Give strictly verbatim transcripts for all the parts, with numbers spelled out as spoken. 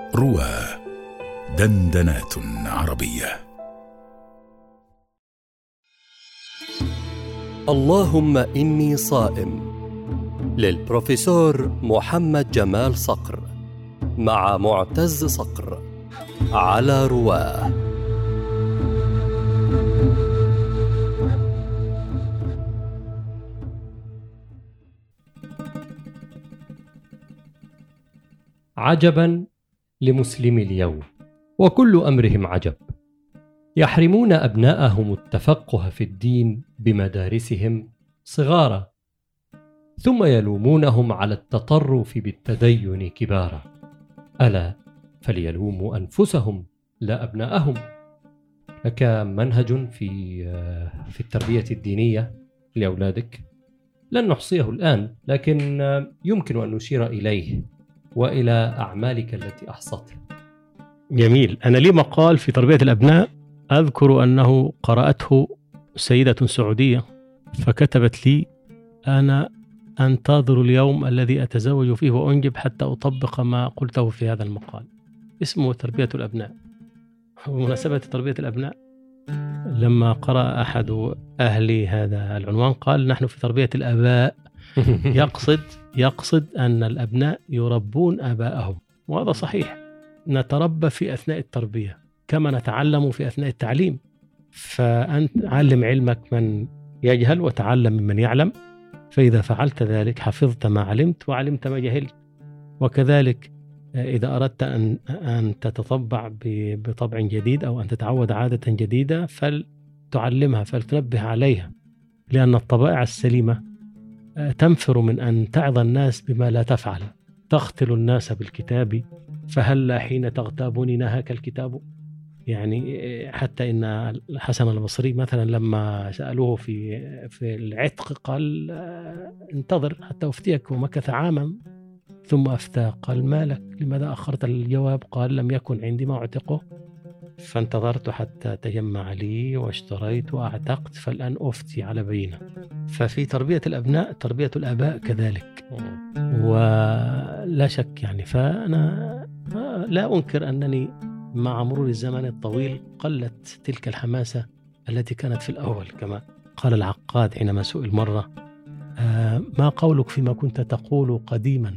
روى دندنات عربية. اللهم إني صائم، للبروفيسور محمد جمال صقر مع معتز صقر على رواه. عجبا لمسلمي اليوم وكل أمرهم عجب، يحرمون أبناءهم التفقه في الدين بمدارسهم صغارا، ثم يلومونهم على التطرف بالتدين كبارا. ألا فليلوموا أنفسهم لا أبناءهم. لك منهج في في التربية الدينية لأولادك، لن نحصيه الآن، لكن يمكن أن نشير إليه وإلى أعمالك التي أحصتها. جميل. أنا لي مقال في تربية الأبناء أذكر أنه قرأته سيدة سعودية فكتبت لي: أنا أنتظر اليوم الذي أتزوج فيه وأنجب حتى أطبق ما قلته في هذا المقال. اسمه تربية الأبناء. ومناسبة تربية الأبناء، لما قرأ أحد أهلي هذا العنوان قال: نحن في تربية الآباء. يقصد يقصد أن الأبناء يربون آباءهم، وهذا صحيح. نتربى في أثناء التربية كما نتعلم في أثناء التعليم. فأنت علم علمك من يجهل وتعلم ممن يعلم، فإذا فعلت ذلك حفظت ما علمت وعلمت ما جهلت. وكذلك إذا أردت أن أن تتطبع بطبع جديد أو أن تتعود عادة جديدة فلتعلمها، فلتنبه عليها، لأن الطبائع السليمة تنفر من أن تعظ الناس بما لا تفعل. تقتل الناس بالكتاب فهل حين تغتابني نهاك الكتاب. يعني حتى إن الحسن البصري مثلا لما سألوه في في العتق قال: انتظر حتى أفتيك، ومكث عاما ثم أفتى. قال: ما لك؟ لماذا أخرت الجواب؟ قال: لم يكن عندي ما أعتقه، فانتظرت حتى تجمع لي واشتريت وأعتقت، فالآن أفتي على بينة. ففي تربية الأبناء تربية الآباء كذلك، ولا شك يعني. فأنا لا أنكر أنني مع مرور الزمن الطويل قلت تلك الحماسة التي كانت في الأول. كما قال العقاد حينما سئل مرة: ما قولك فيما كنت تقول قديما؟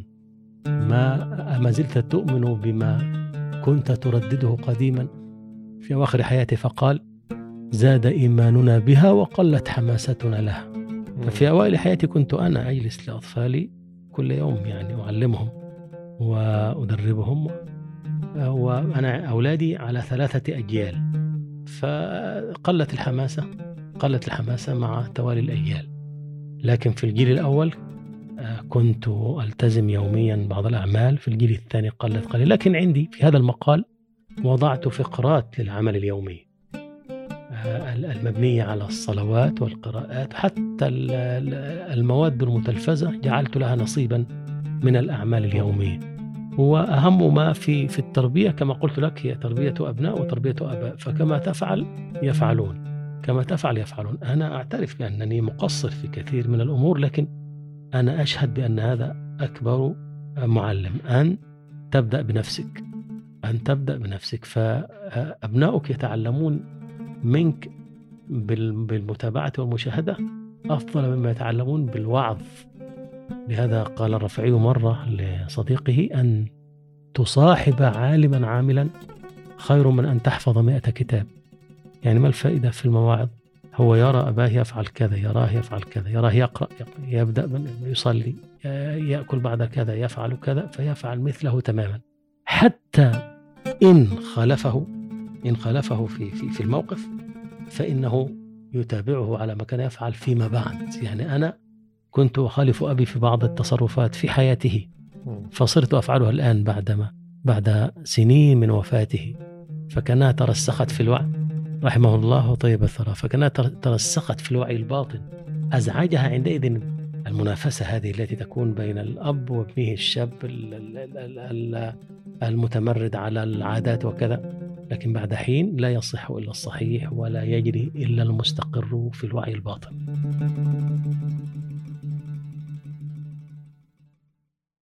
ما ما زلت تؤمن بما كنت تردده قديما؟ في أواخر حياته فقال: زاد إيماننا بها وقلت حماستنا لها. ففي أوائل حياتي كنت أنا أجلس لأطفالي كل يوم يعني أعلمهم وأدربهم، وأنا أولادي على ثلاثة أجيال، فقلت الحماسة قلت الحماسة مع توالي الأجيال. لكن في الجيل الأول كنت ألتزم يوميا بعض الأعمال، في الجيل الثاني قلت قليل. لكن عندي في هذا المقال وضعت فقرات للعمل اليومي المبنية على الصلوات والقراءات، حتى المواد المتلفزة جعلت لها نصيبا من الأعمال اليومية. وأهم ما في في التربية كما قلت لك هي تربية أبناء وتربية أباء، فكما تفعل يفعلون، كما تفعل يفعلون. أنا أعترف بأنني مقصر في كثير من الأمور، لكن أنا أشهد بأن هذا أكبر معلم، أن تبدأ بنفسك أن تبدأ بنفسك فأبناؤك يتعلمون منك بالمتابعة والمشاهدة أفضل مما يتعلمون بالوعظ. لهذا قال الرافعي مرة لصديقه: أن تصاحب عالما عاملا خير من أن تحفظ مئة كتاب. يعني ما الفائدة في المواعظ؟ هو يرى أباه يفعل كذا، يراه يفعل كذا، يراه يقرأ، يبدأ يصلي، يأكل بعد كذا، يفعل كذا، فيفعل مثله تماما. حتى إن خالفه إن خالفه في في في الموقف فإنه يتابعه على ما كان يفعل فيما بعد. يعني أنا كنت أخالف أبي في بعض التصرفات في حياته، فصرت أفعلها الآن بعدما بعد سنين من وفاته، فكانها ترسخت في الوعي رحمه الله وطيب الثرى، فكانها ترسخت في الوعي الباطن. أزعجها عندئذ المنافسة هذه التي تكون بين الأب وابنه الشاب المتمرد على العادات وكذا، لكن بعد حين لا يصح إلا الصحيح ولا يجري إلا المستقر في الوعي الباطن.